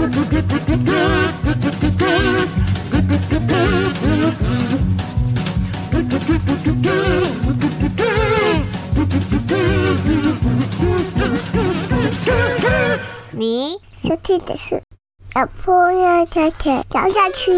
你收听的是老婆要太太聊下去。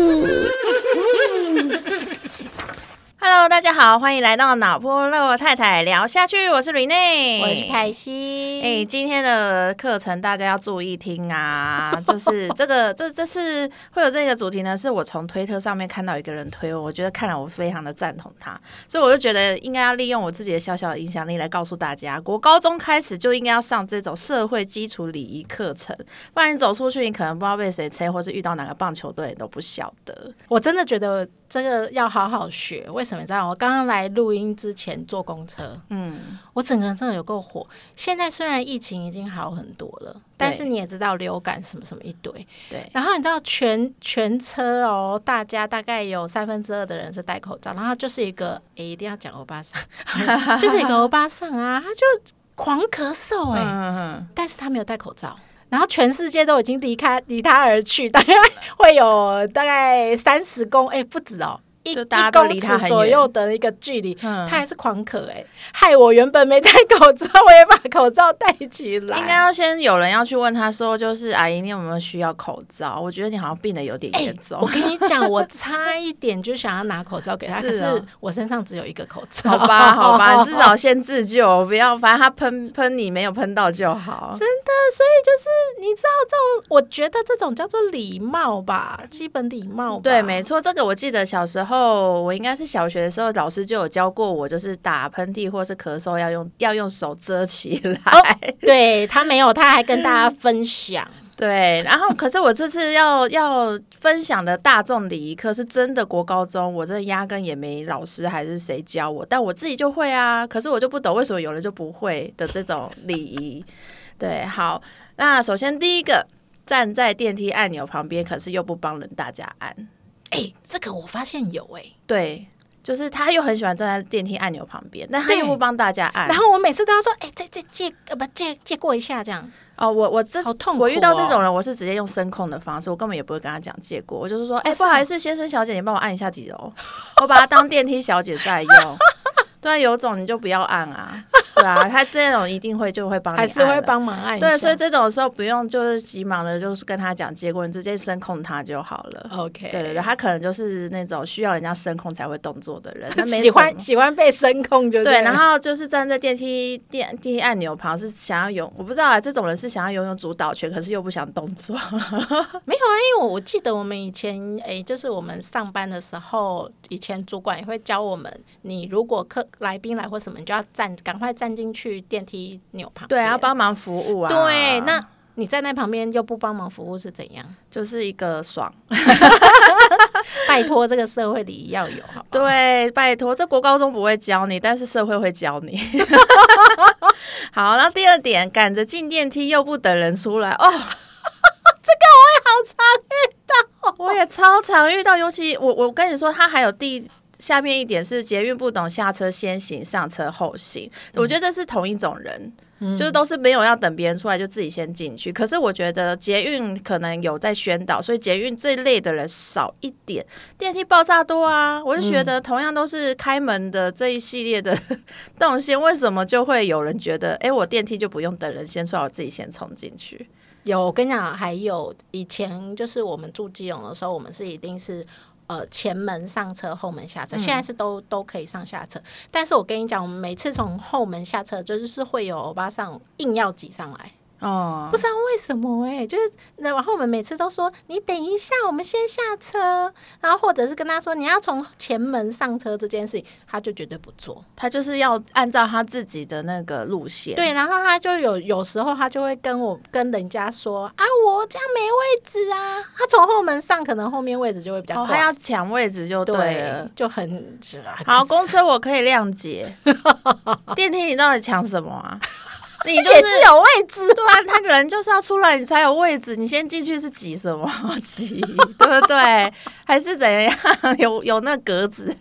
Hello， 大家好，欢迎来到脑波肉太太聊下去，我是吕内， 我是凯西。 今天的课程大家要注意听啊，就是这次会有这个主题呢，是我从推特上面看到一个人推我觉得看了我非常的赞同他，所以我就觉得应该要利用我自己的小小的影响力来告诉大家，国高中开始就应该要上这种社会基础礼仪课程，不然你走出去，你可能不知道被谁催，或是遇到哪个棒球队你都不晓得。 我真的觉得这个要好好学，为什么？你知道我刚刚来录音之前坐公车，我整个人真的有够火。现在虽然疫情已经好很多了，但是你也知道流感什么什么一堆，对。然后你知道全车哦，大家大概有2/3的人是戴口罩，然后就是一个一定要讲欧巴桑，就是一个欧巴桑啊，他就狂咳嗽但是他没有戴口罩。然后全世界都已经离他而去，大概会有大概30公不止哦。 就大家都离他很远 1公尺左右的一个距离，他还是狂咳害我原本没戴口罩，我也把口罩戴起来。 应该要先有人要去问他说，就是阿姨，你有没有需要口罩？我觉得你好像病得有点严重。 我跟你讲，我差一点就想要拿口罩给他，可是我身上只有一个口罩。 好吧，你至少先自救，不要，反正他喷你没有喷到就好。 真的，所以就是你知道这种，我觉得这种叫做礼貌吧，基本礼貌吧。 对，没错，这个我记得小时候。我应该是小学的时候，老师就有教过我，就是打喷嚏或是咳嗽要用手遮起来。 对，他没有，他还跟大家分享。 对，然后可是我这次要分享的大众礼仪课是真的国高中，我真的压根也没老师还是谁教我，但我自己就会啊。可是我就不懂为什么有人就不会的这种礼仪。对，好，那首先第一个，站在电梯按钮旁边，可是又不帮人大家按。 这个我发现有对，就是他又很喜欢站在电梯按钮旁边，但他又不帮大家按。 然后我每次都要说，借过一下这样。 我好痛苦我遇到这种人，我是直接用声控的方式，我根本也不会跟他讲借过，我就是说，不好意思，先生小姐，你帮我按一下几楼，我把他当电梯小姐在用。对啊，有种你就不要按啊，对啊，他这种一定就会帮你按， 还是会帮忙按一下。 对，所以这种时候不用就是急忙的，就是跟他讲结果，你直接声控他就好了。 OK， 对，他可能就是那种需要人家声控才会动作的人， 喜欢被声控就对。然后就是站在电梯按钮旁，是想要我不知道啊，这种人是想要拥有主导权，可是又不想动作。 没有啊，因为我记得我们以前就是我们上班的时候，以前主管也会教我们，你如果来宾来或什么，你就要赶快站进去电梯钮旁边， 对，要帮忙服务啊。 对，那你站在旁边又不帮忙服务是怎样？ 就是一个爽。 拜托，这个社会礼仪要有，好不好？ 对，拜托，这国高中不会教你，但是社会会教你。好，那第二点，赶着进电梯又不等人出来，这个我也好常遇到， 我也超常遇到，尤其我跟你说，他还有下面一点是捷运不懂下车先行，上车后行。我觉得这是同一种人，就是都是没有要等别人出来就自己先进去。可是我觉得捷运可能有在宣导，所以捷运这类的人少一点，电梯爆炸多啊。我就觉得同样都是开门的这一系列的动线，为什么就会有人觉得，我电梯就不用等人先出来，我自己先冲进去？ 我跟你讲，还有以前就是我们住基隆的时候，我们是一定是。前门上车，后门下车，现在是都可以上下车。但是我跟你讲，我们每次从后门下车，就是会有欧巴桑硬要挤上来。不知道为什么就是然后我们每次都说你等一下，我们先下车，然后或者是跟他说你要从前门上车这件事情，他就绝对不做， 他就是要按照他自己的那个路线。 对，然后他就有时候他就会跟人家说啊，我这样没位置啊，他从后门上，可能后面位置就会比较快， 他要抢位置就对了， 就很好。公车我可以谅解，电梯你到底抢什么啊？你就是也是有位置， 对啊，他人就是要出来你才有位置，你先进去是挤什么挤，对不对？还是怎样有那格子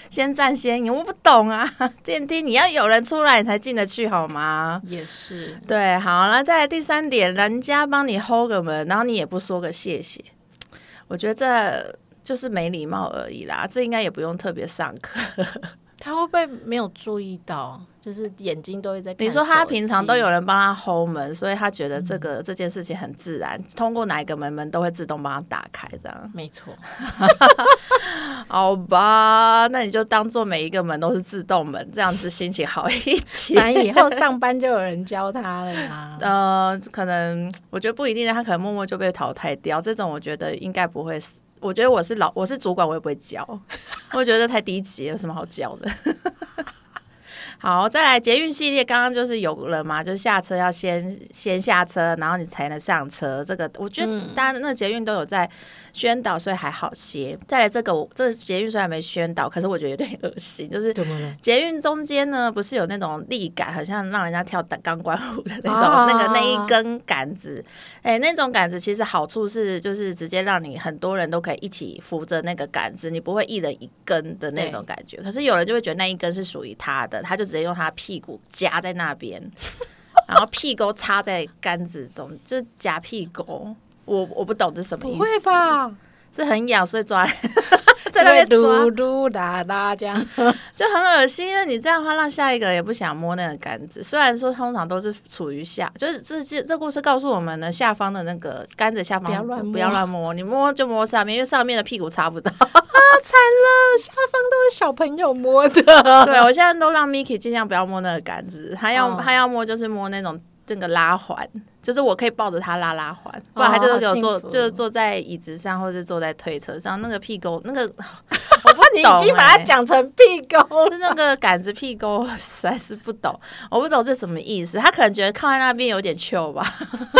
先占先赢，我不懂啊。电梯你要有人出来你才进得去好吗？ 也是， 对，好，那再来第3点，人家帮你 hold 个门，然后你也不说个谢谢，我觉得这就是没礼貌而已啦，这应该也不用特别上课。 他会不会没有注意到？就是眼睛都会在看手机。 你说他平常都有人帮他 hold 门，所以他觉得这件事情很自然，通过哪一个门都会自动帮他打开，这样。 没错。 好吧，那你就当做每一个门都是自动门，这样子心情好一点。 反正以后上班就有人教他了呀。 可能我觉得不一定，他可能默默就被淘汰掉。这种我觉得应该不会。我觉得我是主管，我也不会教。我觉得太低级，有什么好教的？好，再来捷运系列，刚刚就是有了嘛，就是下车要先下车，然后你才能上车。这个我觉得大家那捷运都有在宣导，所以还好些。再来这捷运虽然没宣导，可是我觉得有点恶心，就是捷运中间呢，不是有那种立杆，好像让人家跳钢管舞的那种、那一根杆子。那种杆子其实好处是，就是直接让你很多人都可以一起扶着那个杆子，你不会一人一根的那种感觉。可是有人就会觉得那一根是属于他的，他就直接用他屁股夹在那边，然后屁沟插在杆子中，就是夹屁沟。我不懂这什么意思？ 不会吧？ 是很痒，所以抓在那边抓， 嘟嘟啦啦这样， 就很恶心。因为你这样的话，让下一个也不想摸那个杆子。虽然说通常都是处于就是这故事告诉我们呢，下方的那个杆子下方不要乱摸，你摸就摸上面，因为上面的屁股插不到。 惨了，下方都是小朋友摸的。 对，我现在都让 Miki 尽量不要摸那个杆子，他要摸就是摸那种那个拉环，就是我可以抱着他拉环，不然他就是给我就是坐在椅子上，或者是坐在推车上，那个屁沟那个我不懂、 你已经把它讲成屁沟， 就那个杆子屁沟，实在是不懂，我不懂这什么意思。他可能觉得靠在那边有点糗吧。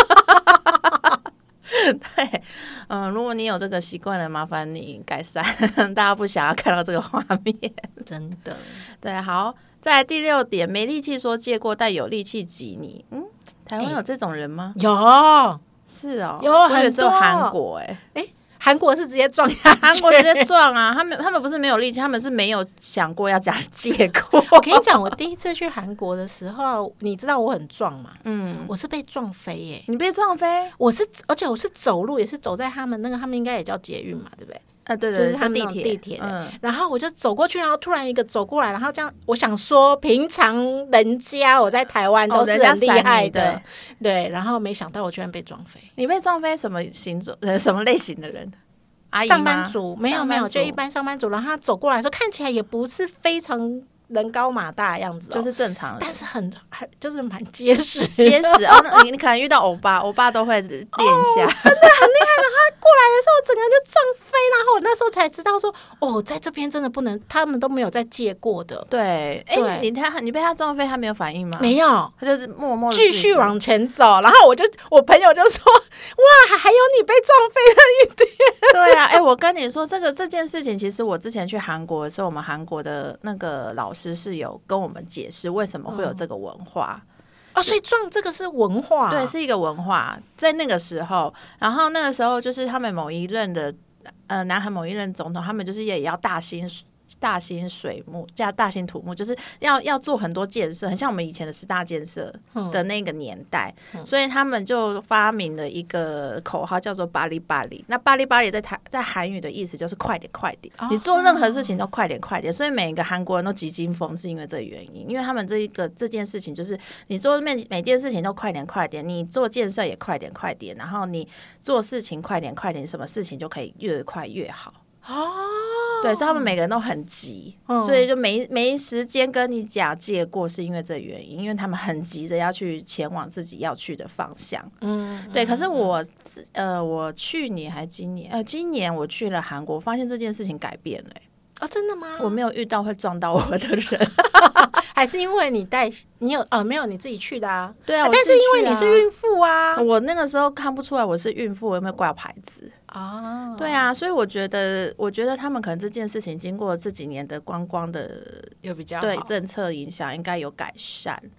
对，如果你有这个习惯了，麻烦你改善，大家不想要看到这个画面， 真的。 对，好，再来第6点，没力气说借过，但有力气挤你。台湾有这种人吗？ 有， 是哦， 有我以为很多。 只有韩国韩国是直接撞下去， 韩国直接撞啊！他们不是没有力气，他们是没有想过要讲借过。 我跟你讲，我第一次去韩国的时候，你知道我很壮嘛？我是被撞飞耶！ 你被撞飞？ 而且我是走路，也是走在他们应该也叫捷运嘛，对不对？ 对， 就是他们地铁然后我就走过去，然后突然一个走过来，然后这样，我想说，平常人家我在台湾都是很厉害的，对，然后没想到我居然被撞飞。 你被撞飞什么形状？什么类型的人？阿姨上班族？没有，就一般上班族。然后他走过来说，看起来也不是非常人高马大的样子， 就是正常的， 但是就是蛮结实哦。你可能遇到欧巴都会练一下， 真的很厉害。然后他过来的时候，整个人就撞飞，然后我那时候才知道说，在这边真的不能，他们都没有再借过的。 对，你被他撞飞，他没有反应吗？ 没有， 他就是默默继续往前走。然后我朋友就说，哇，还有你被撞飞了一点。 对啊，我跟你说，这件事情，其实我之前去韩国的时候，我们韩国的那个老师是有跟我们解释为什么会有这个文化。 所以撞这个是文化， 对，是一个文化，在那个时候，然后那个时候就是他们某一任的南韩某一任总统，他们就是也要大兴水木加大兴土木，就是要做很多建设，很像我们以前的10大建设的那个年代，所以他们就发明了一个口号叫做巴黎巴黎。那巴黎巴黎在韩语的意思就是快点快点，你做任何事情都快点快点，所以每一个韩国人都急惊风，是因为这个原因，因为他们这件事情就是你做每件事情都快点快点，你做建设也快点快点，然后你做事情快点快点，什么事情就可以越快越好。对，所以他们每个人都很急，所以就没时间跟你讲借过，是因为这个原因，因为他们很急着要去前往自己要去的方向。对。可是我去年还今年我去了韩国，发现这件事情改变了。 真的吗？ 我没有遇到会撞到我的人。 还是因为你有没有你自己去的啊？ 对啊， 但是因为你是孕妇啊， 我那个时候看不出来我是孕妇，我有没有挂牌子啊？对啊，所以我觉得他们可能这件事情经过这几年的观光的有比较好对政策影响，应该有改善。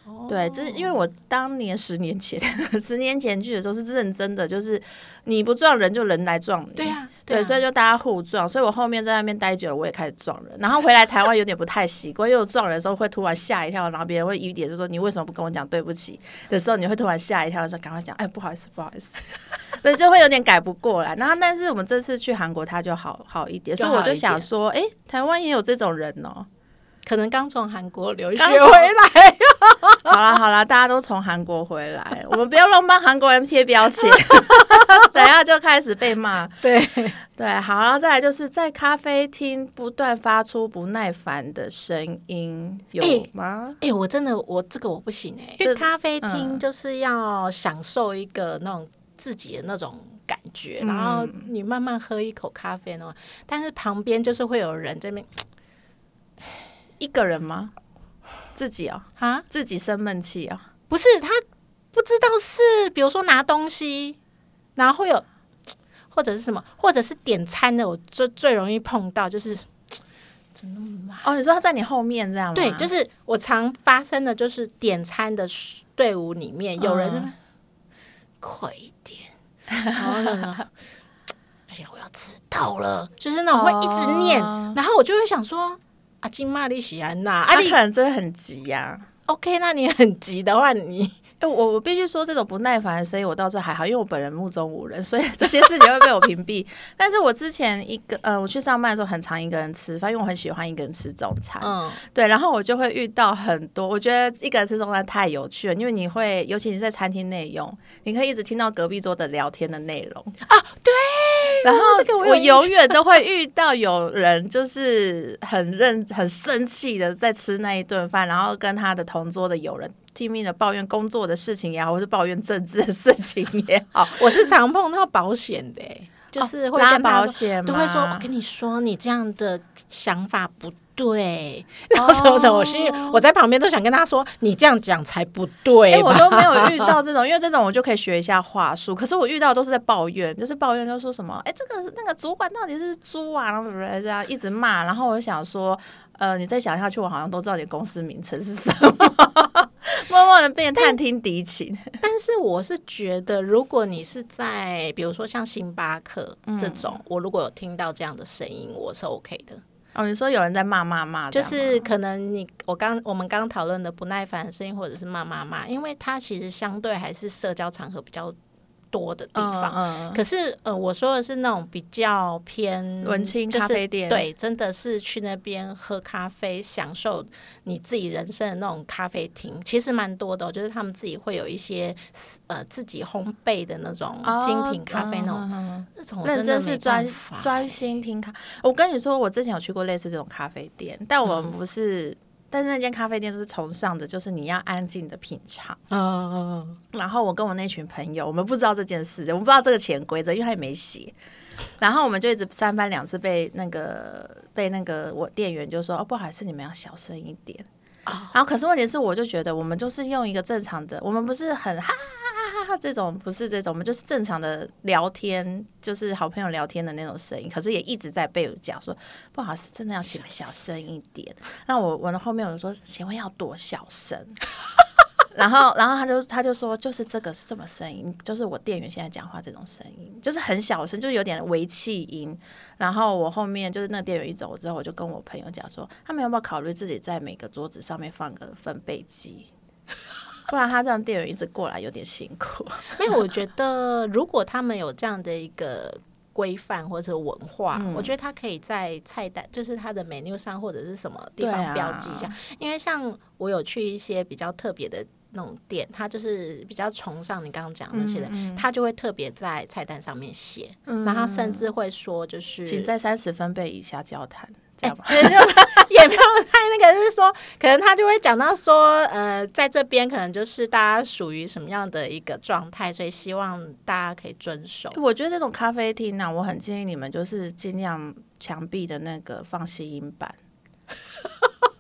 对，这是因为我当年10年前10年前去的时候是认真的，就是你不撞人就人来撞你。 对啊， 对，所以就大家互撞，所以我后面在那边待久了，我也开始撞人。然后回来台湾有点不太习惯，因为我撞人的时候会突然吓一跳，然后别人会疑点就说你为什么不跟我讲对不起的时候，你会突然吓一跳，就赶快讲不好意思不好意思，所以就会有点改不过来。然后但是我们这次去韩国，他就好一点，所以我就想说，台湾也有这种人哦。 可能刚从韩国留学回来。 好啦，大家都从韩国回来，我们不要乱帮韩国人贴标签，等一下就开始被骂。 对， 好，然后再来就是在咖啡厅不断发出不耐烦的声音，有吗？ 我真的这个我不行去咖啡厅就是要享受一个那种自己的那种感觉，然后你慢慢喝一口咖啡呢，但是旁边就是会有人在那边。 一个人吗？自己自己生闷气不是，他不知道是比如说拿东西，然后会有或者是什么，或者是点餐的，我最容易碰到就是怎么那么慢你说他在你后面这样吗？ 对，就是我常发生的就是点餐的队伍里面有人快一点，然后呢而且我要迟到了，就是那种会一直念，然后我就会想说阿金玛丽喜安娜， 他可能真的很急呀。 OK， 那你很急的话， 我必须说，这种不耐烦的声音我倒是还好，因为我本人目中无人，所以这些事情会被我屏蔽。但是我之前我去上班的时候，很常一个人吃饭，因为我很喜欢一个人吃中餐。对，然后我就会遇到很多，我觉得一个人吃中餐太有趣了，因为你会，尤其你在餐厅内用，你可以一直听到隔壁桌的聊天的内容对。 然后我永远都会遇到有人就是很生气的在吃那一顿饭，然后跟他的同桌的友人拼命的抱怨工作的事情也好，或是抱怨政治的事情也好。 我是常碰到保险的就是会跟拉保险都会说，我跟你说你这样的想法不对，然后什么什么，我在旁边都想跟他说，你这样讲才不对吧。 我都没有遇到这种，因为这种我就可以学一下话术。可是我遇到都是在抱怨，就是抱怨就说什么，这个那个主管到底是不是猪啊，然后这样一直骂。然后我就想说，你再想下去，我好像都知道你公司名称是什么，默默的变探听敌情。 但是我是觉得，如果你是在比如说像星巴克这种，我如果有听到这样的声音，我是 OK 的。 你说有人在骂， 就是可能我们刚讨论的不耐烦的声音，或者是骂，因为它其实相对还是社交场合比较多的地方。可是我说的是那种比较偏文青咖啡店， 对，真的是去那边喝咖啡，享受你自己人生的那种咖啡厅，其实蛮多的就是他们自己会有一些自己烘焙的那种精品咖啡，那种认真是专心听咖。我跟你说，我之前有去过类似这种咖啡店，但我们不是。但是那间咖啡店都是崇尚的，就是你要安静的品尝。然后我跟我那群朋友，我们不知道这件事，我们不知道这个潜规则，因为他也没写。然后我们就一直3番2次被那个我店员就说，不好意思，你们要小声一点。然后可是问题是，我就觉得我们就是用一个正常的，我们不是很哈哈哈这种，不是这种，我们就是正常的聊天，就是好朋友聊天的那种声音。可是也一直在被我讲说，不好意思，真的要请小声一点。那我的后面我就说，请问要多小声？然后他就说，就是这个是这么声音，就是我店员现在讲话这种声音，就是很小声，就有点微气音。然后我后面就是那店员一走之后，我就跟我朋友讲说，他们要不要考虑自己在每个桌子上面放个分贝机，不然他这样店员一直过来有点辛苦。 因为我觉得如果他们有这样的一个规范或者文化，我觉得他可以在菜单，就是他的 menu 上或者是什么地方标记一下。因为像我有去一些比较特别的那种店，他就是比较崇尚你刚刚讲的那些人，他就会特别在菜单上面写，然后甚至会说就是请在30分贝以下交谈，这样吧。 也没有太那个，就是说可能他就会讲到说在这边可能就是大家属于什么样的一个状态，所以希望大家可以遵守。 我觉得这种咖啡厅我很建议你们就是尽量墙壁的那个放吸音板。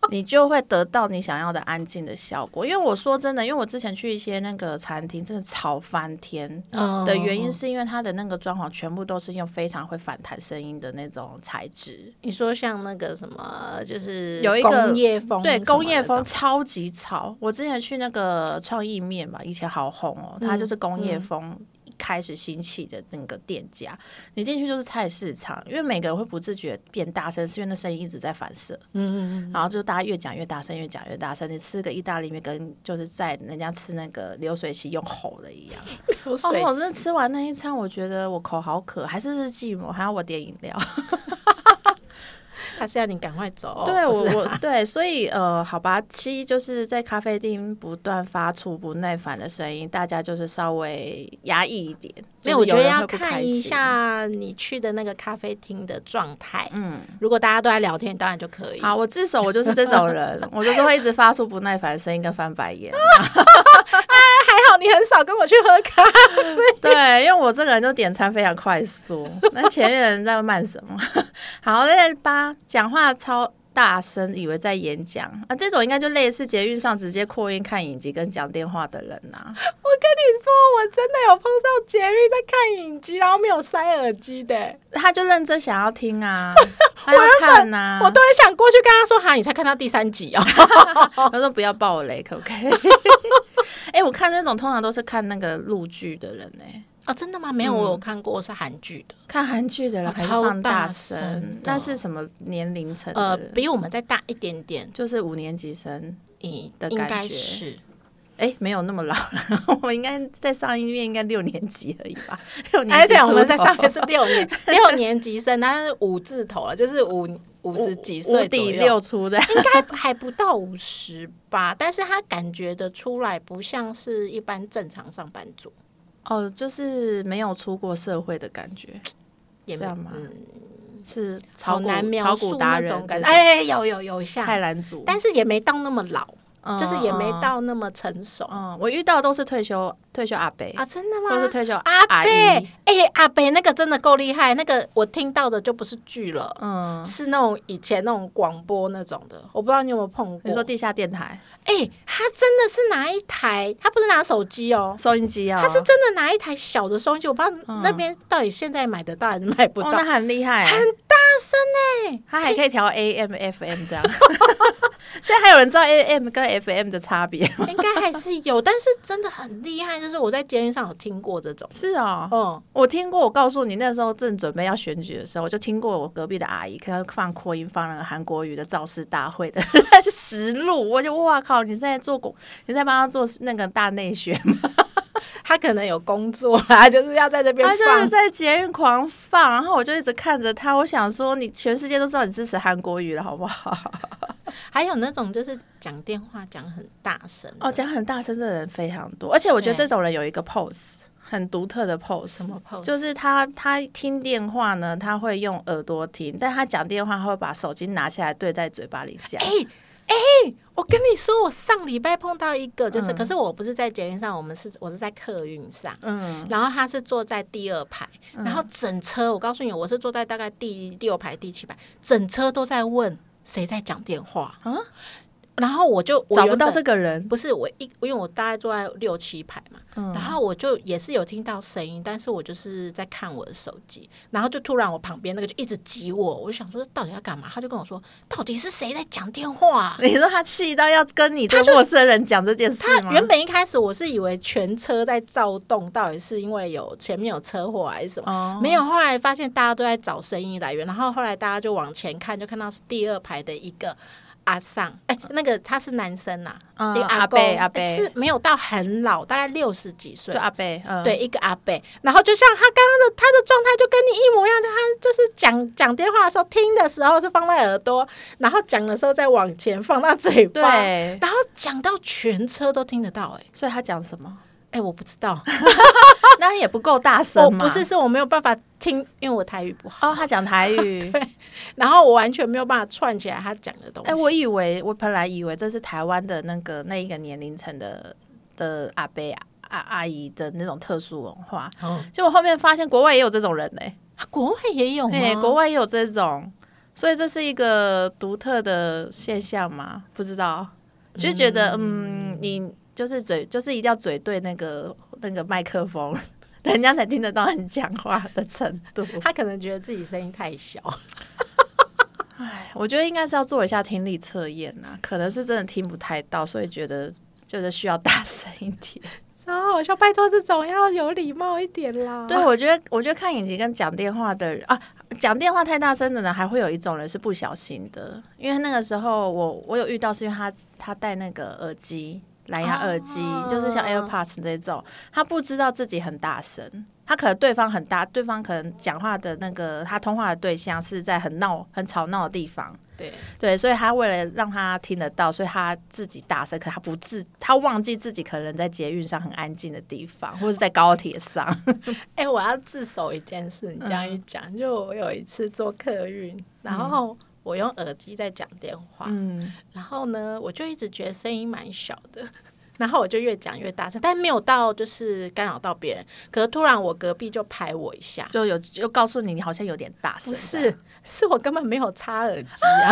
你就会得到你想要的安静的效果。因为我说真的，因为我之前去一些那个餐厅，真的吵翻天的原因，是因为它的那个装潢全部都是用非常会反弹声音的那种材质。 你说像那个什么，就是有一个工业风， 对，工业风超级吵。我之前去那个创意面吧，以前好红哦，它就是工业风。开始兴起的那个店家，你进去就是菜市场，因为每个人会不自觉变大声，是因为那声音一直在反射，然后就大家越讲越大声，越讲越大声。你吃个意大利面，跟就是在人家吃那个流水席用吼的一样。 流水席我真的吃完那一餐，我觉得我口好渴，还是寂寞，还要我点饮料。 他是要你赶快走， 对我对，所以好吧，七就是在咖啡厅不断发出不耐烦的声音，大家就是稍微压抑一点。 没有，我觉得要看一下你去的那个咖啡厅的状态。如果大家都在聊天，当然就可以。 好，我自首，我就是这种人，我就是会一直发出不耐烦的声音跟翻白眼。 还好你很少跟我去喝咖啡。 对，因为我这个人就点餐非常快速，那前面的人在慢什么？好，再8，讲话超大声，以为在演讲啊，这种应该就类似捷运上直接扩音看影集跟讲电话的人啊。 我跟你说，我真的有碰到捷运在看影集，然后没有塞耳机的， 他就认真想要听啊，他要看啊， 我都会想过去跟他说：“哈，你才看到第3集哦。” 他说：“不要爆雷，可不可以？”我看那种通常都是看那个陆剧的人哦，真的吗？没有，我有看过是韩剧的。 看韩剧的人还放大声，那是什么年龄层的？ 比我们再大一点点， 就是5年级生的感觉。 应该是。 没有那么老了，我应该在上一面应该6年级而已吧？6年级， 对，我们在上面是6年级生，但是5字头了，就是50几岁左右， 5底6出的， 应该还不到50吧？但是他感觉得出来，不像是一般正常上班族。 就是没有出过社会的感觉，这样吗？是好难描述那种感觉。 有像菜篮族， 但是也没到那么老。就是也没到那么成熟。 我遇到的都是退休阿伯啊，真的吗？ 或是退休阿伯，阿伯那个真的够厉害。那个我听到的就不是剧了，是那种以前那种广播那种的。我不知道你有没有碰过？ 你说地下电台？ 他真的是拿一台，他不是拿手机哦， 收音机哦， 他是真的拿一台小的收音机。我不知道那边到底现在买得到还是买不到。 那很厉害， 很大声他还可以调 AM、FM 这样。现在还有人知道 AM 跟 FM 的差别吗？ 应该还是有，但是真的很厉害。就是我在捷运上有听过这种。 是哦，我听过。我告诉你，那时候正准备要选举的时候，我就听过我隔壁的阿姨可能放扩音，放那个韩国语的造势大会的实录。我就哇靠，你在你在帮他做那个大内宣吗？ 他可能有工作啦，就是要在这边放， 他就是在捷运狂放，然后我就一直看着他，我想说你全世界都知道你支持韩国语了，好不好？ 还有那种就是讲电话讲很大声讲很大声的人非常多，而且我觉得这种人有一个 pose 很独特的 pose， 什么 pose？ 就是他听电话呢，他会用耳朵听，但他讲电话他会把手机拿下来对在嘴巴里讲。 我跟你说，我上礼拜碰到一个，就是，可是我不是在捷运上，我是在客运上，然后他是坐在第2排，然后整车，我告诉你，我是坐在大概第6排、第7排，整车都在问谁在讲电话然后我就找不到这个人， 不是因为我大概坐在6、7排嘛，然后我就也是有听到声音，但是我就是在看我的手机，然后就突然我旁边那个就一直挤我就想说到底要干嘛？他就跟我说，到底是谁在讲电话你说他气到要跟你这个陌生人讲这件事吗？ 他原本一开始我是以为全车在躁动，到底是因为前面有车祸还是什么没有，后来发现大家都在找声音来源，然后后来大家就往前看，就看到是第2排的一个阿桑，那个他是男生呐， 阿伯是没有到很老，大概60几岁， 就阿伯， 对，一个阿伯，然后就像他刚刚他的状态就跟你一模一样，就他就是讲电话的时候，听的时候是放在耳朵，然后讲的时候再往前放到嘴巴， 对， 然后讲到全车都听得到， 所以他讲什么？ 我不知道， 那也不够大声嘛。 是我没有办法听，因为我台语不好。 他讲台语， 对，然后我完全没有办法串起来他讲的东西。 我本来以为这是台湾的那一个年龄层的阿伯阿姨的那种特殊文化，结果后面发现国外也有这种人国外也有吗？ 国外也有这种。 所以这是一个独特的现象吗？不知道，就觉得你就是就是一定要嘴对那个麦克风，人家才听得到你讲话的程度。 他可能觉得自己声音太小。 我觉得应该是要做一下听力测验啊，可能是真的听不太到，所以觉得需要大声一点。 超好笑，拜托这种要有礼貌一点啦。 对，我觉得看影集跟讲电话的人啊，讲电话太大声的人，还会有一种人是不小心的，因为那个时候我有遇到，是因为他戴那个耳机。蓝牙耳机就是像 AirPods 这种，他不知道自己很大声，他可能对方很大，对方可能讲话的那个他通话的对象是在很吵闹的地方，对，所以他为了让他听得到，所以他自己大声，可他忘记自己可能在捷运上很安静的地方，或者在高铁上。 我要自首一件事，你这样一讲，就我有一次坐客运，然后我用耳机在讲电话，然后呢，我就一直觉得声音蛮小的，然后我就越讲越大声，但没有到就是干扰到别人。可是突然我隔壁就拍我一下， 就告诉你好像有点大声， 是我根本没有插耳机啊，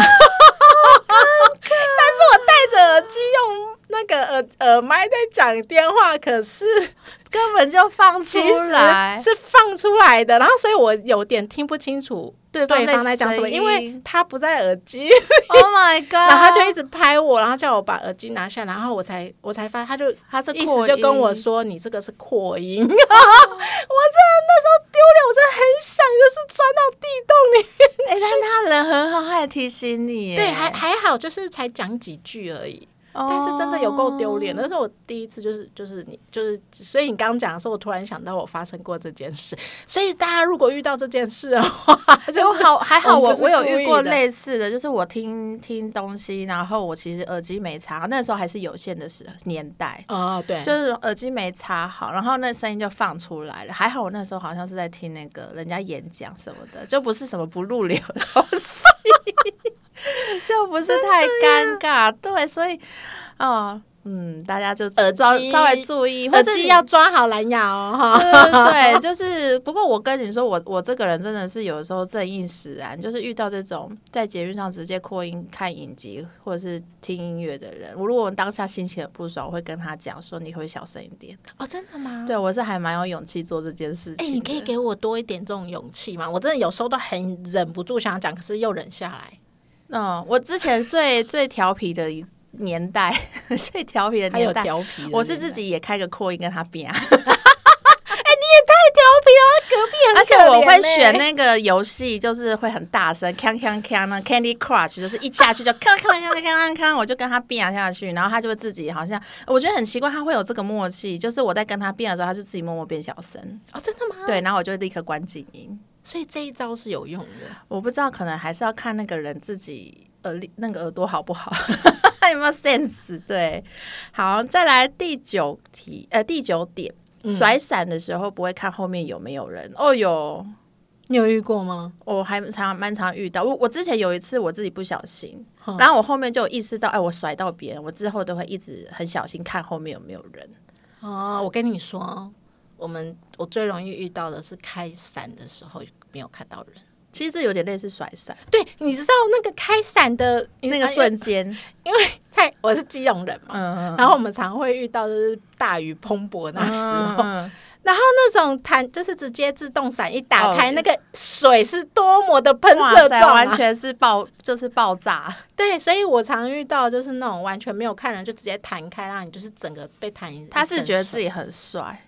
但是我戴着耳机用那个耳麦在讲电话，可是根本就放出来， 是放出来的，然后所以我有点听不清楚对方在讲什么，因为他不在耳机。 Oh my god！ 然后他就一直拍我，然后叫我把耳机拿下，然后我才发现，他是意思就跟我说你这个是扩音。我真的那时候丢脸，我真的很想就是钻到地洞里面去。 但他人很好，他也提醒你耶。 对，还好，就是才讲几句而已。但是真的有够丢脸，那是我第一次，所以你刚刚讲的时候，我突然想到我发生过这件事。所以大家如果遇到这件事的话， 还好我有遇过类似的，就是我听东西，然后我其实耳机没插，那时候还是有线的年代对， 就是耳机没插好，然后那声音就放出来了。还好我那时候好像是在听那个人家演讲什么的，就不是什么不入流的东西。就不是太尴尬，对，所以大家就稍微注意， 耳机要抓好蓝牙哦。 对，就是不过我跟你说，我这个人真的是有时候正义使然，就是遇到这种在捷运上直接扩音看影集或者是听音乐的人，如果我当下心情很不爽，我会跟他讲说你可不可以小声一点。 真的吗？ 对，我是还蛮有勇气做这件事情。 你可以给我多一点这种勇气吗？我真的有时候都很忍不住想讲，可是又忍下来。 我之前最调皮的年代，最调皮的年代，我是自己也开个扩音跟他变。你也太调皮了，隔壁很可怜。 而且我会选那个游戏，就是会很大声，锵锵锵呢 ，Candy Crush， 就是一下去就锵锵锵锵锵锵，我就跟他变下去，然后他就会自己好像，我觉得很奇怪，他会有这个默契，就是我在跟他变的时候，他就自己默默变小声。 真的吗？ 对，然后我就立刻关静音。 所以这一招是有用的， 我不知道，可能还是要看那个人自己那个耳朵好不好，有没有 sense？ 对，好，再来第9点，甩伞的时候不会看后面有没有人。 你有遇过吗？ 我还蛮常遇到。我之前有一次我自己不小心，然后我后面就有意识到，我甩到别人，我之后都会一直很小心看后面有没有人。 我跟你说。我最容易遇到的是开伞的时候没有看到人， 其实这有点类似甩伞。 对，你知道那个开伞的那个瞬间， 因为我是基隆人嘛，然后我们常会遇到就是大雨磅礴那时候，然后那种就是直接自动伞一打开，那个水是多么的喷射状， 完全是爆炸。 对，所以我常遇到就是那种完全没有看人就直接弹开，让你就是整个被弹一身水。 他是觉得自己很帅。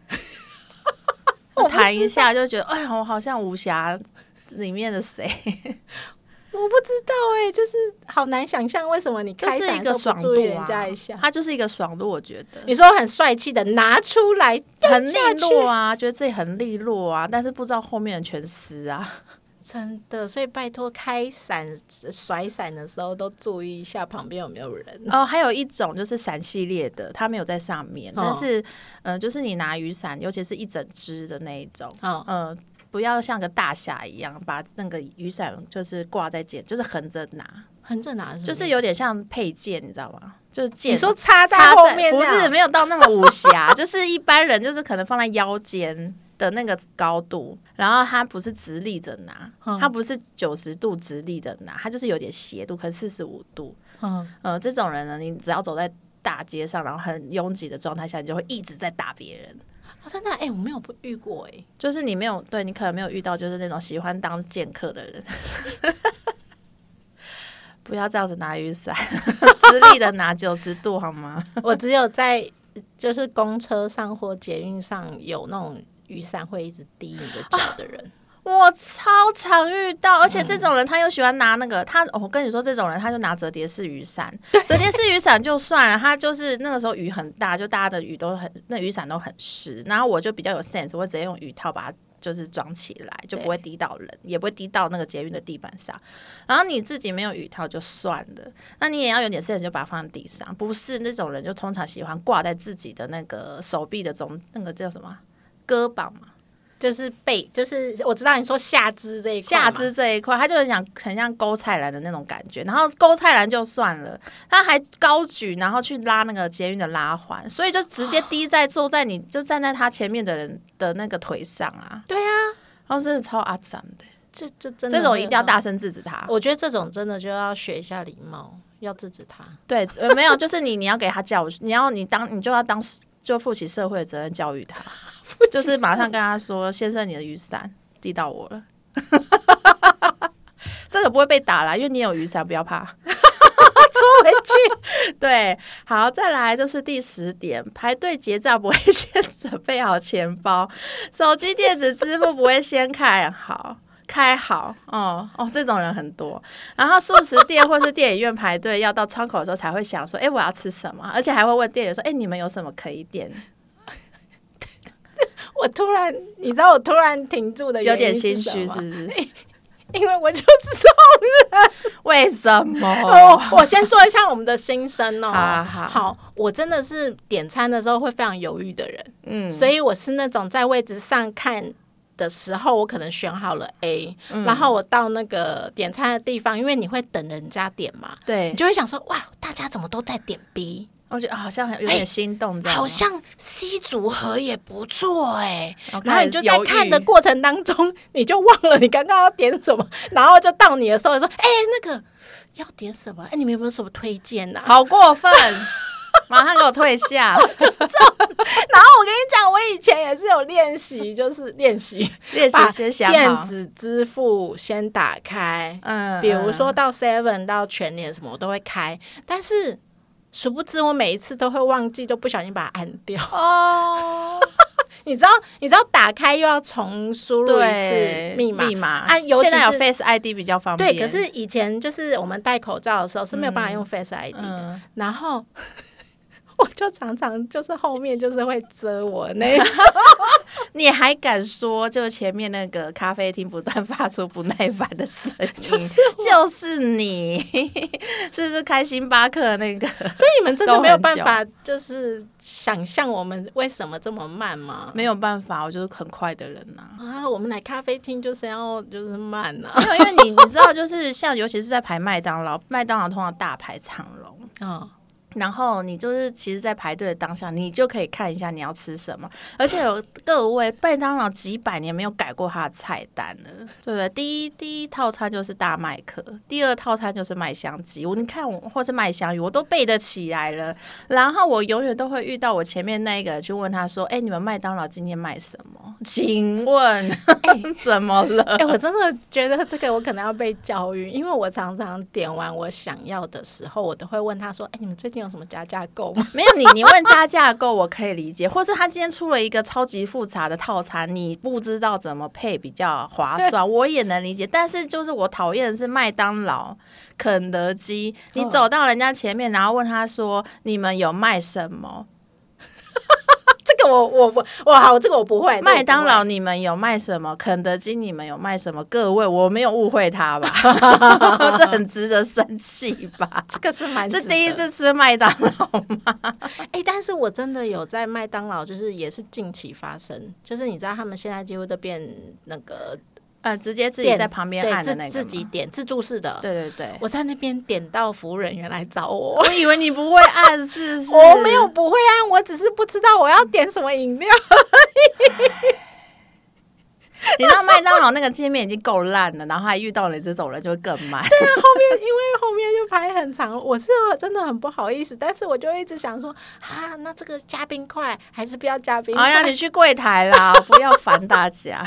我弹一下就觉得，我好像武侠里面的谁， 我不知道就是好难想象为什么你开伞的时候不注意人家一下， 他就是一个爽度，我觉得你说很帅气的拿出来， 很利落啊，觉得自己很利落啊，但是不知道后面的全湿啊。 真的，所以拜托开伞甩伞的时候都注意一下旁边有没有人。 还有一种就是伞系列的，它没有在上面，但是就是你拿雨伞，尤其是一整支的那一种，不要像个大侠一样把那个雨伞就是挂在肩，就是横着拿。 横着拿就是有点像配件，你知道吗？就是剑， 你说插在后面， 不是没有到那么武侠，就是一般人就是可能放在腰间。 的那个高度，然后它不是直立着拿，它不是90度直立的拿，它就是有点斜度，可能45度。这种人呢，你只要走在大街上，然后很拥挤的状态下，你就会一直在打别人。 真的我没有遇过就是你没有，对，你可能没有遇到就是那种喜欢当剑客的人。不要这样子拿雨伞，直立的拿90度好吗？ 我只有在就是公车上或捷运上有那种雨伞会一直滴你的脚的人。 我超常遇到，而且这种人他又喜欢拿那个我跟你说，这种人他就拿折叠式雨伞。折叠式雨伞就算了，他就是那个时候雨很大，就大家的那雨伞都很湿，然后我就比较有 sense， 我直接用雨套把它就是装起来，就不会滴到人，也不会滴到那个捷运的地板上。然后你自己没有雨套就算了，那你也要有点 sense， 就把它放在地上。不是那种人就通常喜欢挂在自己的那个手臂的那个叫什么胳膀嘛。 就是就是我知道你说下肢这一块， 他就很像勾菜篮的那种感觉。然后勾菜篮就算了，他还高举，然后去拉那个捷运的拉环，所以就直接滴在坐在你就站在他前面的人的那个腿上啊。 对啊， 然后真的超阿脏的， 这真的这种一定要大声制止他。 我觉得这种真的就要学一下礼貌，要制止他。 对，没有，就是你要给他教育，你就要就负起社会的责任教育他。就是马上跟他说：“先生，你的雨伞滴到我了。”这个不会被打啦，因为你有雨伞，不要怕。 抽回去。 对，好，再来就是第10点，排队结账不会先准备好钱包，手机电子支付不会先开好。这种人很多。然后素食店或是电影院排队要到窗口的时候才会想说：“我要吃什么？”而且还会问店员说：“你们有什么可以点？” 你知道我突然停住的原因是什么？ 有点心虚，是不是？ 因为我就是这种人。 为什么？ 我先说一下我们的心声哦。 好， 我真的是点餐的时候会非常犹豫的人。所以我是那种在位置上看的时候，我可能选好了 A，然后我到那个点餐的地方，因为你会等人家点嘛， 对， 你就会想说，哇，大家怎么都在点 B？ 我觉得好像有点心动，这样好像 C 组合也不错然后你就在看的过程当中，你就忘了你刚刚要点什么，然后就到你的时候说，那个要点什么？你们有没有什么推荐啊？ 好过分！马上给我退下。 然后我跟你讲，我以前也是有练习，就是练习先想好电子支付先打开，比如说到 Seven 到全联什么我都会开，但是殊不知我每一次都会忘记，都不小心把它按掉。你知道打开又要重输入一次密码， 现在有 Face ID 比较方便。 对，可是以前就是我们戴口罩的时候是没有办法用 Face ID 的，然后我就常常就是后面就是会遮我那种。 你还敢说，就前面那个咖啡厅不断发出不耐烦的声音，就是你，是不是开星巴克那个？ 所以你们真的没有办法，就是想象我们为什么这么慢吗？ 没有办法，我就是很快的人我们来咖啡厅就是要就是慢因为你知道，就是像尤其是在排麦当劳通常大排长龙。然后你就是其实在排队的当下，你就可以看一下你要吃什么，而且有各位麦当劳几百年没有改过它的菜单了，对不对？第一套餐就是大麦克，第2套餐就是麦香鸡，你看我或是麦香鱼我都背得起来了。然后我永远都会遇到我前面那一个去问他说：“你们麦当劳今天卖什么？请问怎么了？” 我真的觉得这个我可能要被教育，因为我常常点完我想要的时候，我都会问他说：“你们最近有什么加价购吗？” 没有，你问加价购我可以理解，或是他今天出了一个超级复杂的套餐，你不知道怎么配比较划算，我也能理解。但是就是我讨厌的是麦当劳、肯德基，你走到人家前面，然后问他说：“你们有卖什么？” 这个好，这个我不会。 麦当劳你们有卖什么？肯德基你们有卖什么？各位，我没有误会他吧？这很值得生气吧？ 这个是蛮值得。 这第一次吃麦当劳吗？ 但是我真的有在麦当劳，就是也是近期发生，就是你知道他们现在几乎都变那个。 直接自己在旁边按的那个， 自己点自助式的。 对对对， 我在那边点到服务人员来找我， 我以为你不会按，是不是？ 我没有不会按，我只是不知道我要点什么饮料。 你知道麦当劳那个界面已经够烂了，然后还遇到你这种人就会更慢。 对啊，后面因为后面就排很长，我是真的很不好意思，但是我就一直想说啊，那这个加冰块还是不要加冰块？ 哎呀，你去柜台啦，不要烦大家，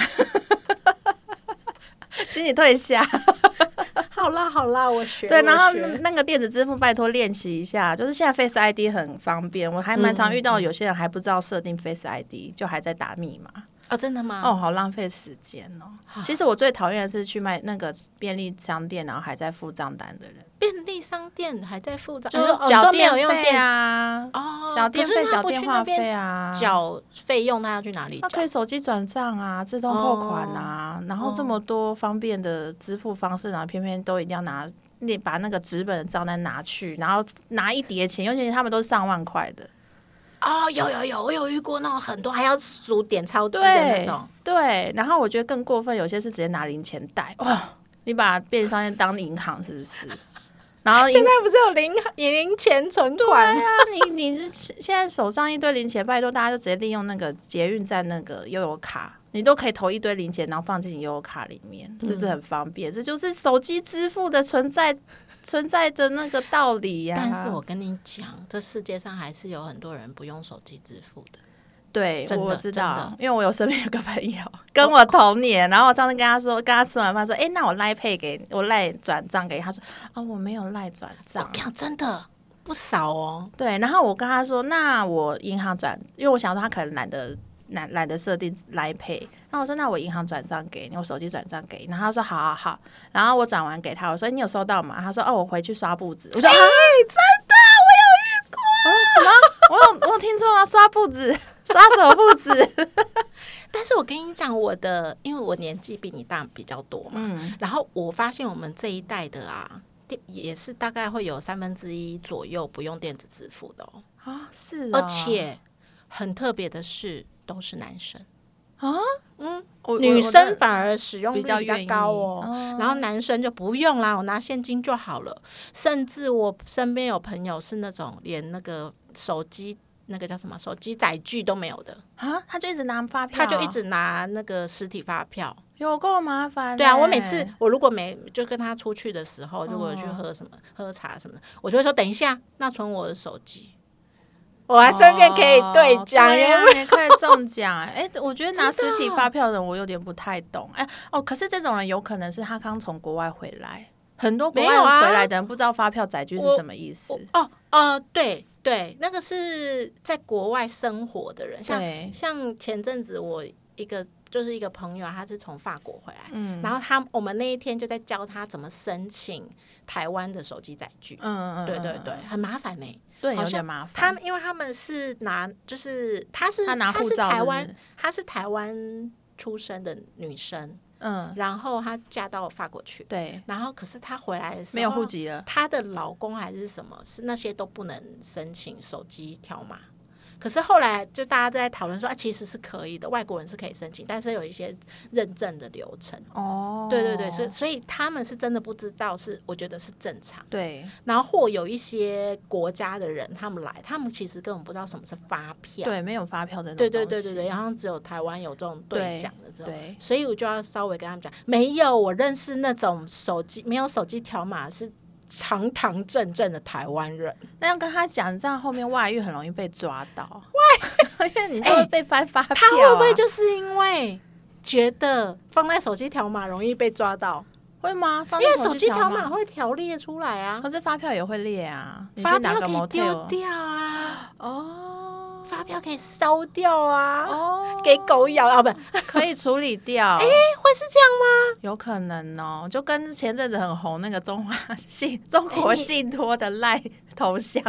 请你退下。 好啦好啦，我学。 对，然后那个电子支付拜托练习一下，就是现在 Face ID 很方便，我还蛮常遇到有些人还不知道设定 Face ID，就还在打密码。 哦，真的吗？ 哦，好浪费时间哦。其实我最讨厌的是去卖那个便利商店，然后还在付账单的人。 便利商店还在付账， 就是缴电费啊，缴电费、缴电话费啊， 缴费用他要去哪里缴？ 他可以手机转账啊，自动扣款啊，然后这么多方便的支付方式，然后偏偏都一定要把那个纸本的账单拿去，然后拿一叠钱，尤其是他们都是上万块的。 哦，有，我有遇过那种很多还要数点钞机的那种。 对，然后我觉得更过分，有些是直接拿零钱袋。哇，你把便利商店当银行是不是？然后现在不是有零钱存款？ 对啊，你现在手上一堆零钱，拜托大家就直接利用那个捷运站那个悠游卡，你都可以投一堆零钱，然后放进悠游卡里面，是不是很方便？这就是手机支付的存在的那个道理呀。 但是我跟你讲，这世界上还是有很多人不用手机支付的。 对，我知道，因为我身边有个朋友跟我同年，然后我上次跟他吃完饭说，那我赖配给我赖转账给他说，我没有赖转账。 我讲真的不少哦。 对，然后我跟他说，那我银行转，因为我想说他可能懒得设定赖配，然后我说那我银行转账给你，我手机转账给你，然后他说好，然后我转完给他，我说你有收到吗？他说我回去刷簿子。我说真的，我有遇过。我说什么？我有听错吗？刷簿子？刷什么簿子？ 但是我跟你讲，因为我年纪比你大比较多嘛，然后我发现我们这一代的也是大概会有1/3左右不用电子支付的哦。 是而且很特别的是，都是男生啊。 女生反而使用率比较高哦， 然后男生就不用啦，我拿现金就好了。甚至我身边有朋友是那种连那个手机那个叫什么手机载具都没有的啊，他就一直拿发票， 他就一直拿那个实体发票， 有够麻烦。 对啊，我每次我如果就跟他出去的时候，如果去喝茶什么的，我就会说等一下，那存我的手机。我还顺便可以兑奖， 也可以中奖。我觉得拿实体发票的人我有点不太懂。可是这种人有可能是他刚从国外回来，很多国外回来的人不知道发票载具是什么意思。 对，那个是在国外生活的人，像前阵子我一个朋友，他是从法国回来，然后我们那一天就在教他怎么申请台湾的手机载具。对，很麻烦呢。 对，有点麻烦。 因为他们是就是他拿护照， 她是台湾出生的女生，然后她嫁到法国去， 对， 然后可是她回来的时候没有户籍了， 她的老公还是什么，是那些都不能申请手机条码。可是后来就大家都在讨论说，其实是可以的，外国人是可以申请，但是有一些认证的流程。对，所以他们是真的不知道，我觉得是正常。 对， 然后或有一些国家的人他们来，他们其实根本不知道什么是发票， 对，没有发票的那种东西。 对，然后只有台湾有这种兑奖的这种， 对， 所以我就要稍微跟他们讲，没有，我认识那种没有手机条码是堂堂正正的台湾人。 那要跟他讲，这样后面外遇很容易被抓到。因为你就会被翻发票。 他会不会就是因为觉得放在手机条码容易被抓到？ 会吗？ 因为手机条码会条列出来啊， 可是发票也会列啊。 发票可以丢掉啊。发票可以烧掉啊。给狗咬啊，不可以处理掉。 会是这样吗？ 有可能哦，就跟前阵子很红那个中国信托的赖头像。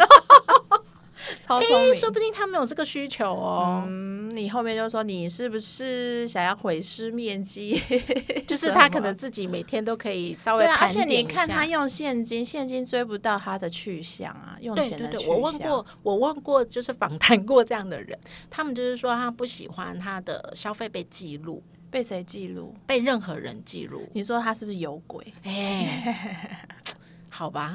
说不定他们有这个需求哦。 你后面就说你是不是想要毁尸灭迹？ 就是他可能自己每天都可以稍微盘点一下。 而且你看他用现金追不到他的去向啊，用钱的去向。 我问过，就是访谈过这样的人，他们就是说他不喜欢他的消费被记录。 被谁记录？ 被任何人记录。 你说他是不是有鬼？ 好吧。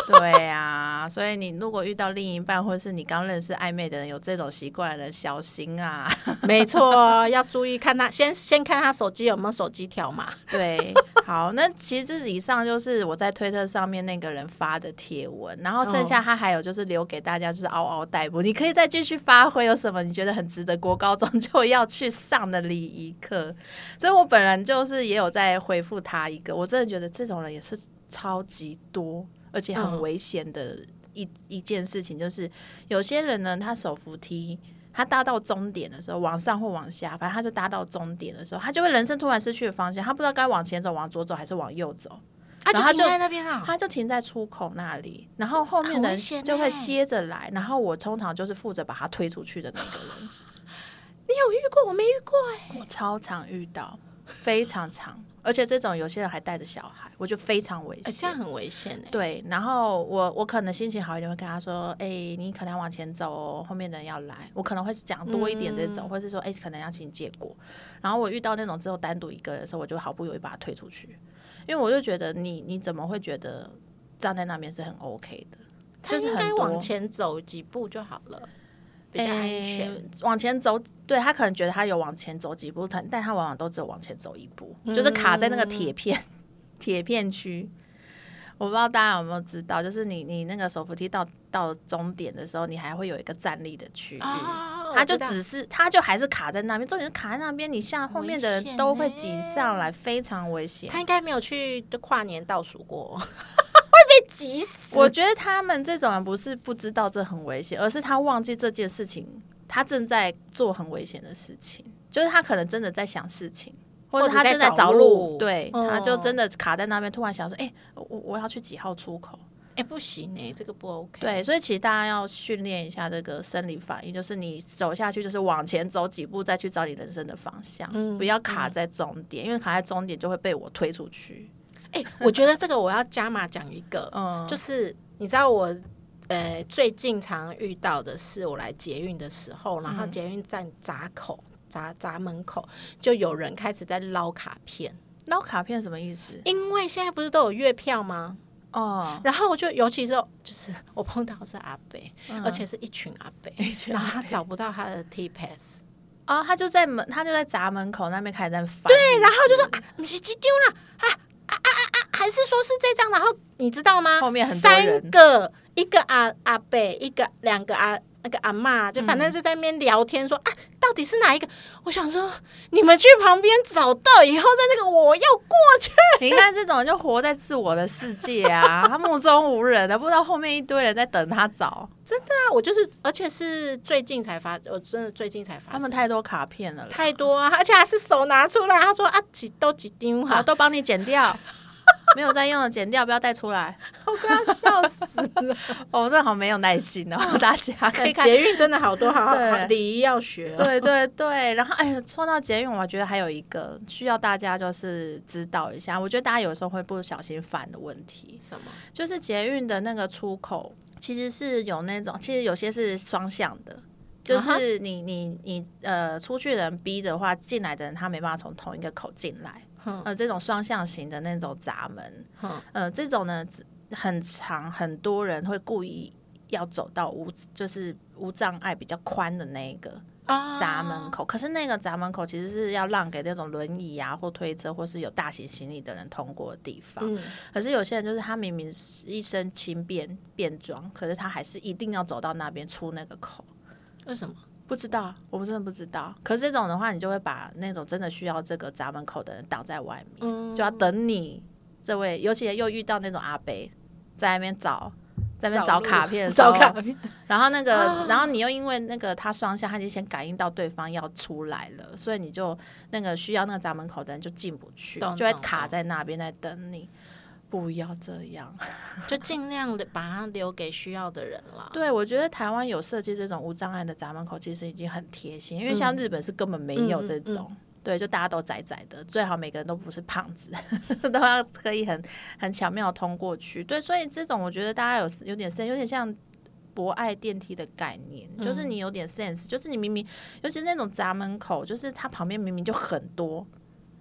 对啊，所以你如果遇到另一半或者是你刚认识暧昧的人有这种习惯的人，小心啊。 没错，要注意看他先看他手机有没有手机条码。 对，好，那其实这以上就是我在推特上面那个人发的贴文，然后剩下他还有就是留给大家就是嗷嗷待哺，你可以再继续发挥有什么你觉得很值得国高中就要去上的礼仪课。所以我本人就是也有在回复他一个，我真的觉得这种人也是超级多而且很危险的一件事情，就是有些人呢他手扶梯他搭到终点的时候，往上或往下，反正他就搭到终点的时候，他就会人生突然失去了方向，他不知道该往前走、往左走还是往右走， 然后他就停在那边了， 他就停在出口那里，然后后面的人就会接着来，然后我通常就是负责把他推出去的那个人。 你有遇过？我没遇过我超常遇到，非常常，而且这种有些人还带着小孩，我觉得非常危险， 这样很危险对，然后我可能心情好一点会跟他说，你可能要往前走哦，后面的人要来，我可能会讲多一点这种，或是说可能要请借过。然后我遇到那种只有单独一个人的时候，我就毫不犹豫把他推出去，因为我就觉得你怎么会觉得站在那边是很 OK 的？ 他应该往前走几步就好了。比较安全， 往前走，对，他可能觉得他有往前走几步，但他往往都只有往前走一步，就是卡在那个铁片区。我不知道大家有没有知道，就是你那个手扶梯到终点的时候，你还会有一个站立的区域，他就还是卡在那边，重点是卡在那边，你像后面的人都会挤上来，非常危险。 他应该没有去跨年倒数过。会被挤死。 我觉得他们这种人不是不知道这很危险，而是他忘记这件事情，他正在做很危险的事情，就是他可能真的在想事情，或者他正在找路，对，他就真的卡在那边，突然想说，我要去几号出口？ 不行这个不 OK。 对，所以其实大家要训练一下这个生理反应，就是你走下去，就是往前走几步，再去找你人生的方向，不要卡在终点，因为卡在终点就会被我推出去。 我觉得这个我要加码讲一个，就是你知道我最近常遇到的是，我来捷运的时候，然后捷运站闸门口就有人开始在捞卡片。 捞卡片什么意思？ 因为现在不是都有月票吗？然后我就尤其是就是我碰到的是阿伯，而且是一群阿伯，然后他找不到他的 T Pass。 他就在闸门口那边开始在翻， 对，然后就说不是这张啦，还是说是这张？然后你知道吗？ 后面很多人 3个，一个阿伯，两个那个阿嬷，就反正就在那边聊天说到底是哪一个？我想说，你们去旁边找到以后，在那个我要过去。 你看这种人就活在自我的世界啊，他目中无人的，不知道后面一堆人在等他找。 真的我就是，而且是最近才发，我真的最近才发现， 他们太多卡片了， 太多而且还是手拿出来，他说几张好，都帮你剪掉。没有在用的剪掉，不要带出来。 我快要笑死了。 我真的好没有耐心哦，大家可以看捷运真的好多好礼仪要学。 对对对，然后说到捷运，我觉得还有一个需要大家就是知道一下，我觉得大家有时候会不小心犯的问题。 什么？ 就是捷运的那个出口其实是有那种，其实有些是双向的。就是你出去的人逼的话，进来的人他没办法从同一个口进来。这种双向型的那种闸门，这种呢很长，很多人会故意要走到就是无障碍比较宽的那个闸门口，可是那个闸门口其实是要让给那种轮椅啊或推车或是有大型行李的人通过的地方，可是有些人就是他明明是一身轻便装，可是他还是一定要走到那边出那个口， 为什么？ 不知道，我真的不知道。可是这种的话，你就会把那种真的需要这个闸门口的人挡在外面，就要等你这位，尤其又遇到那种阿伯在那边找卡片的时候，然后然后你又因为那个他双向，他就先感应到对方要出来了，所以你就那个需要那个闸门口的人就进不去，就会卡在那边在等你。不要这样， 就尽量的把它留给需要的人啦。 对，我觉得台湾有设计这种无障碍的闸门口，其实已经很贴心，因为像日本是根本没有这种。对，就大家都窄窄的，最好每个人都不是胖子，都要可以很巧妙的通过去。对，所以这种我觉得大家有点像博爱电梯的概念，就是你有点 sense，就是你明明，尤其是那种闸门口，就是它旁边明明就很多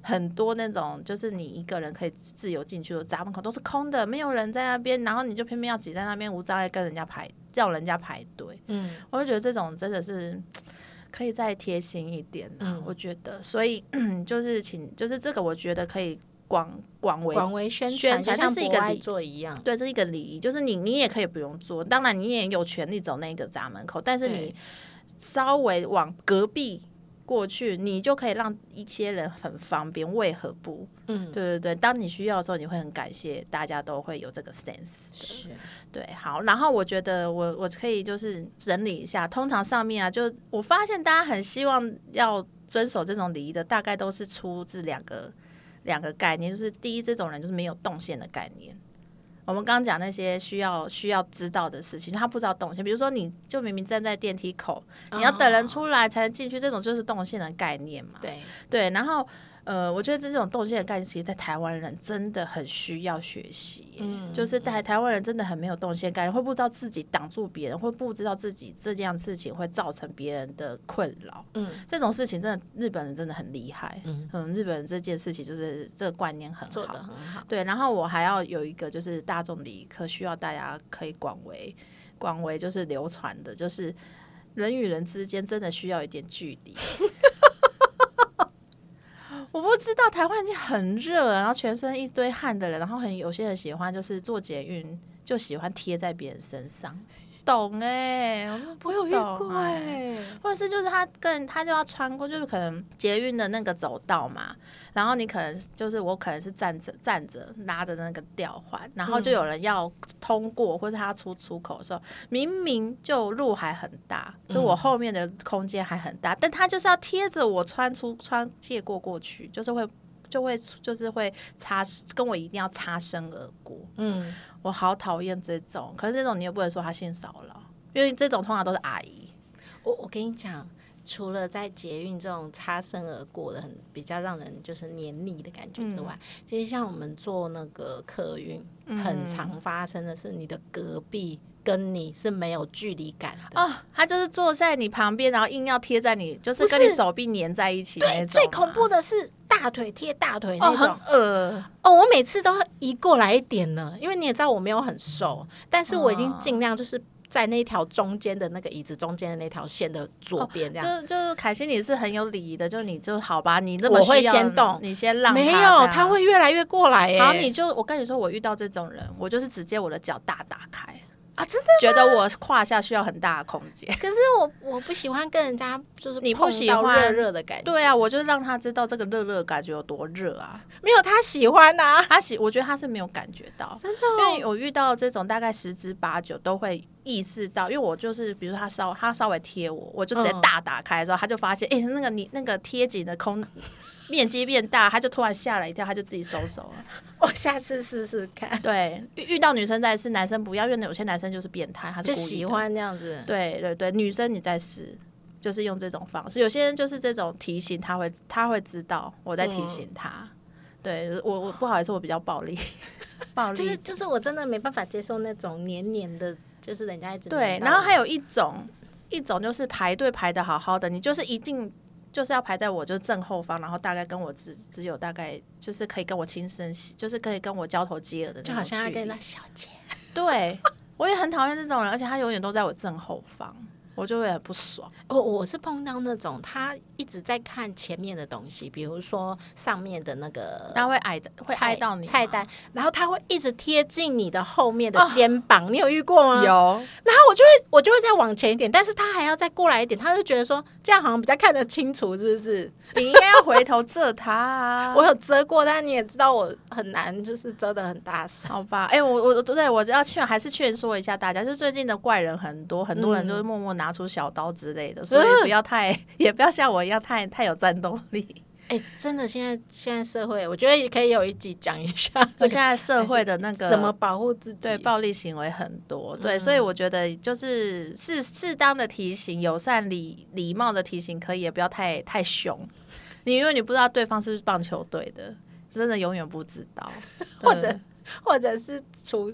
很多那种就是你一个人可以自由进去的闸门口都是空的，没有人在那边，然后你就偏偏要挤在那边无障碍跟人家叫人家排队。我就觉得这种真的是可以再贴心一点我觉得，所以就是就是这个我觉得可以广为宣传， 这是一个礼做一样， 对，这是一个礼仪，就是你也可以不用做，当然你也有权利走那个闸门口，但是你稍微往隔壁过去，你就可以让一些人很方便，为何不？对对对，当你需要的时候，你会很感谢大家都会有这个 sense 是， 对，好，然后我觉得我可以就是整理一下，通常上面就我发现大家很希望要遵守这种礼仪的，大概都是出自两个概念，就是第一，这种人就是没有动线的概念。我们刚刚讲那些需要知道的事情，他不知道动线，比如说你就明明站在电梯口，你要等人出来才能进去，这种就是动线的概念嘛。对，然后我觉得这种动线的概念，其实在台湾人真的很需要学习。就是台湾人真的很没有动线概念，会不知道自己挡住别人，会不知道自己这件事情会造成别人的困扰。这种事情真的日本人真的很厉害。日本人这件事情就是这个观念很好， 做得很好。 对，然后我还要有一个就是大众礼仪课，需要大家可以广为就是流传的，就是人与人之间真的需要一点距离。我不知道台湾已经很热，然后全身一堆汗的人，然后有些人喜欢就是坐捷运就喜欢贴在别人身上，懂我有遇过或者是就是他就要穿过，就是可能捷运的那个走道嘛，然后你可能就是我可能是站着拿着那个吊环，然后就有人要通过或者他出口的时候，明明就路还很大，就我后面的空间还很大，但他就是要贴着我借过去，就是会跟我一定要擦身而过。我好讨厌这种，可是这种你也不能说他性骚扰，因为这种通常都是阿姨。 我跟你讲，除了在捷运这种擦身而过的比较让人就是黏腻的感觉之外，其实像我们坐那个客运，很常发生的是你的隔壁跟你是没有距离感的他就是坐在你旁边，然后硬要贴在你，就是跟你手臂粘在一起那种。 对，最恐怖的是大腿贴大腿那种， 很恶我每次都移过来一点了，因为你也知道我没有很瘦，但是我已经尽量就是在那条中间的那个椅子中间的那条线的左边这样。 就是凯西你是很有礼仪的，就你就好吧，你那么我会先动， 你先让他， 没有他会越来越过来好，我跟你说，我遇到这种人，我就是直接我的脚大打开。 真的觉得我胯下需要很大的空间， 可是我不喜欢跟人家就是你不喜欢热的感觉。 对啊，我就让他知道这个热感觉有多热啊。 没有，他喜欢啊， 我觉得他是没有感觉到， 真的因为我遇到这种大概10之8九都会意识到，因为我就是比如他稍微贴我就直接大打开的时候，他就发现你那个贴紧的面积变大，他就突然吓了一跳，他就自己收手了。 我下次试试看。 对，遇到女生再试，男生不要，因为有些男生就是变态，他是故意的， 就喜欢这样子。 对对对，女生你再试，就是用这种方式。有些人就是这种提醒，他会知道我在提醒他。对，我不好意思，我比较暴力， 就是我真的没办法接受那种黏的，就是人家一直对。然后还有一种就是排队排的好好的，你就是一定。就是要排在我就正后方，然后大概跟我只有大概就是可以跟我轻声，就是可以跟我交头接耳的那种距离， 就好像要跟他小姐。 对，我也很讨厌这种人，而且他永远都在我正后方，我就会很不爽。 我是碰到那种他一直在看前面的东西，比如说上面的那个， 他会挨到你菜单，然后他会一直贴近你的后面的肩膀。你有遇过吗？ 有。 然后我就会再往前一点，但是他还要再过来一点，他就觉得说这样好像比较看得清楚，是不是？ 你应该要回头遮他啊。 我有遮过，但你也知道我很难，就是遮得很大声。 好吧，我要还是劝说一下大家，就最近的怪人很多人就是默默拿出小刀之类的，所以也不要像我一样太有战斗力。 真的，现在社会，我觉得也可以有一集讲一下， 现在社会的那个怎么保护自己， 对，暴力行为很多，对，所以我觉得就是适当的提醒，友善礼貌的提醒可以，也不要太凶。因为你不知道对方是不是棒球队的，真的永远不知道， 或者是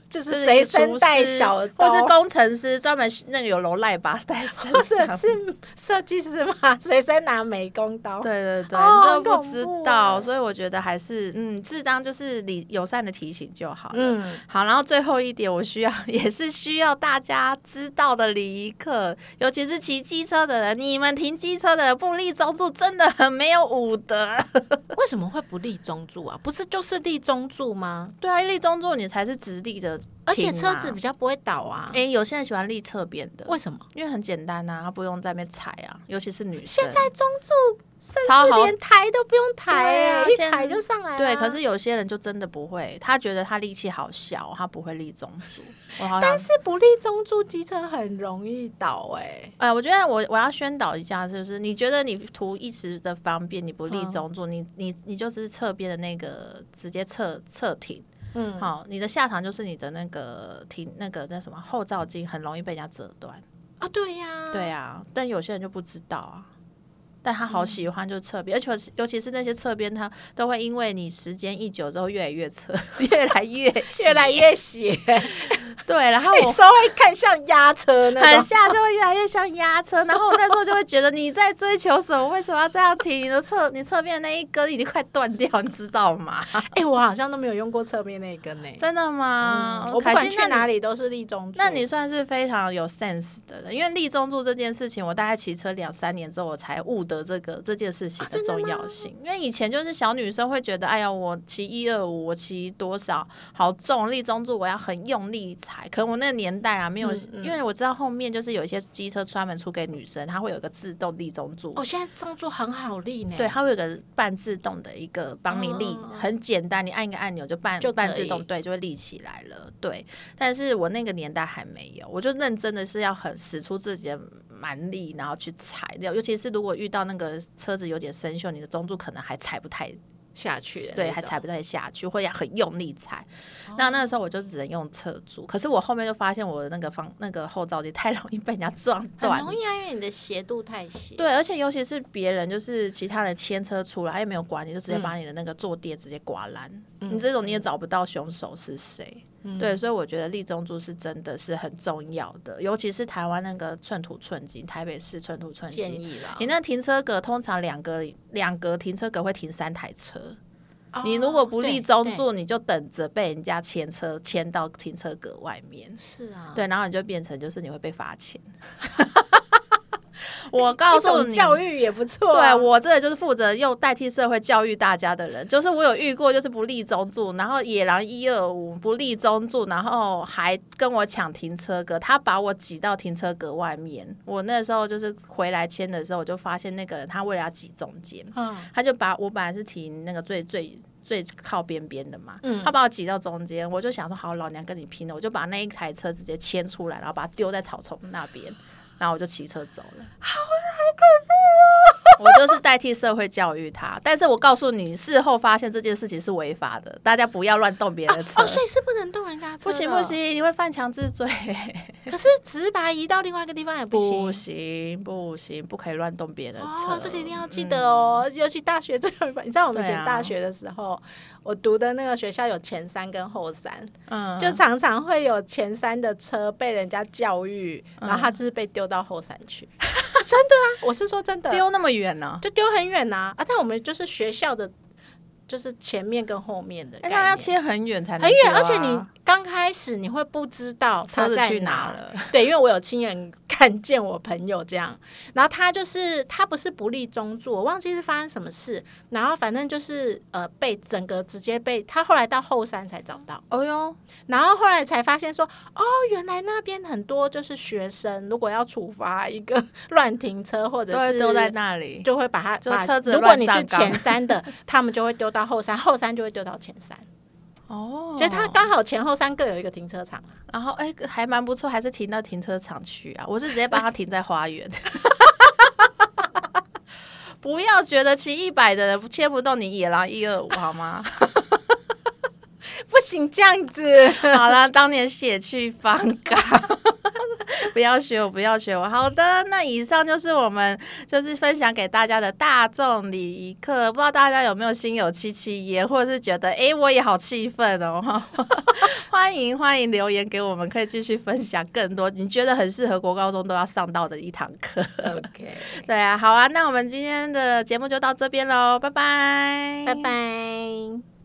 就是随身带小刀， 或是工程师专门那个有楼赖把带身上， 或者是设计师嘛，随身拿美工刀。 对对对， 哦， 你都不知道，所以我觉得还是适当就是友善的提醒就好了。好，然后最后一点，也是需要大家知道的礼仪课，尤其是骑机车的人，你们停机车的人不立中柱真的很没有武德。 为什么会不立中柱啊？不是就是立中柱吗？ 对啊，立中柱你才是直立的。 而且车子比较不会倒啊。 有些人喜欢立侧边的， 为什么？ 因为很简单啊，他不用在那边踩啊，尤其是女生。 现在中柱甚至连抬都不用抬一踩就上来了。 对，可是有些人就真的不会，他觉得他力气好小，他不会立中柱。 但是不立中柱，机车很容易倒我觉得我要宣导一下，就是你觉得你图一时的方便，你不立中柱，你就是侧边的那个直接侧停。好，你的下场就是你的那个那什么后照镜很容易被人家折断啊。对呀， 对啊，但有些人就不知道啊。但他好喜欢就是侧边，而且尤其是那些侧边，他都会因为你时间一久之后越来越侧，越来越斜。对，然后有时候会看像压车那种， 很下就会越来越像压车。然后我那时候就会觉得你在追求什么？为什么要这样停？你侧边那一根已经快断掉，你知道吗？ 我好像都没有用过侧边那一根真的吗？ 我不管去哪里都是立中柱。 那你算是非常有 sense 的人，因为立中柱这件事情，我大概骑车2-3年之后，我才悟得这件事情的重要性。因为以前就是小女生会觉得，哎呀，我骑125，我骑多少好重，立中柱我要很用力踩。可能我那个年代啊，没有，因为我知道后面就是有一些机车专门出给女生，它会有一个自动立中柱。 现在中柱很好立呢。 对，它会有个半自动的一个帮你立，很简单，你按一个按钮就半自动，对，就会立起来了。对，但是我那个年代还没有，我就认真的是要很使出自己的蛮力，然后去踩掉。尤其是如果遇到那个车子有点生锈，你的中柱可能还踩不太下去， 对，还踩不太下去，会要很用力踩。那个时候我就只能用侧柱，可是我后面就发现我的那个后照镜太容易被人家撞断， 很容易啊，因为你的斜度太斜。 对，而且尤其是别人就是其他人牵车出来，他也没有管你，就直接把你的那个坐垫直接刮烂。你这种你也找不到凶手是谁。对，所以我觉得立中柱是真的是很重要的，尤其是台湾那个寸土寸金，台北市寸土寸金， 建议啦。 你那停车格通常两格停车格会停3台车，你如果不立中柱，你就等着被人家牵车牵到停车格外面。 是啊， 对，然后你就变成就是你会被罚钱。我告诉你， 教育也不错对，我这个就是负责用代替社会教育大家的人。就是我有遇过就是不立中柱，然后野狼125不立中柱，然后还跟我抢停车格，他把我挤到停车格外面。我那时候就是回来签的时候，我就发现那个人他为了要挤中间，他就把我本来是停那个最靠边边的嘛，他把我挤到中间，我就想说好，老娘跟你拼了，我就把那一台车直接牵出来，然后把它丢在草丛那边，然后我就骑车走了。 好恐怖哦！ 我就是代替社会教育他，但是我告诉你，事后发现这件事情是违法的，大家不要乱动别人的车。 所以是不能动人家车的。 不行不行，你会犯强制罪。 可是只是把它移到另外一个地方也不行。 不行，不可以乱动别人的车。 这个一定要记得哦。尤其大学最后一班，你知道我们以前大学的时候，我读的那个学校有前3跟后3，就常常会有前3的车被人家教育，然后他就是被丢到后3去。真的啊，我是说真的， 丢那么远呢？ 就丢很远啊！但我们就是学校的，就是前面跟后面的概念， 他要切很远才能很远，而且你刚开始你会不知道他在哪了。 对，因为我有亲眼看见我朋友这样，然后他不是不立中柱，我忘记是发生什么事，然后反正就是被整个直接被他后来到后山才找到。 哦哟。 然后后来才发现说，原来那边很多就是学生，如果要处罚一个乱停车或者是丢在那里， 就会把他就车子如果你是前3的，他们就会丢到后山，后山就会丢到前3。就他刚好前后3各有一个停车场然后还蛮不错，还是停到停车场去啊。我是直接帮他停在花园。不要觉得骑100的人牵不动你野狼125好吗？ 不行这样子。 好啦，当年血去方刚。 不要学我，不要学我。好的，那以上就是我们就是分享给大家的大众礼仪课，不知道大家有没有心有戚戚焉，或者是觉得我也好气愤哦。欢迎留言给我们，可以继续分享更多你觉得很适合国高中都要上到的一堂课。 OK， 对啊，好啊，那我们今天的节目就到这边喽，拜拜， 拜拜。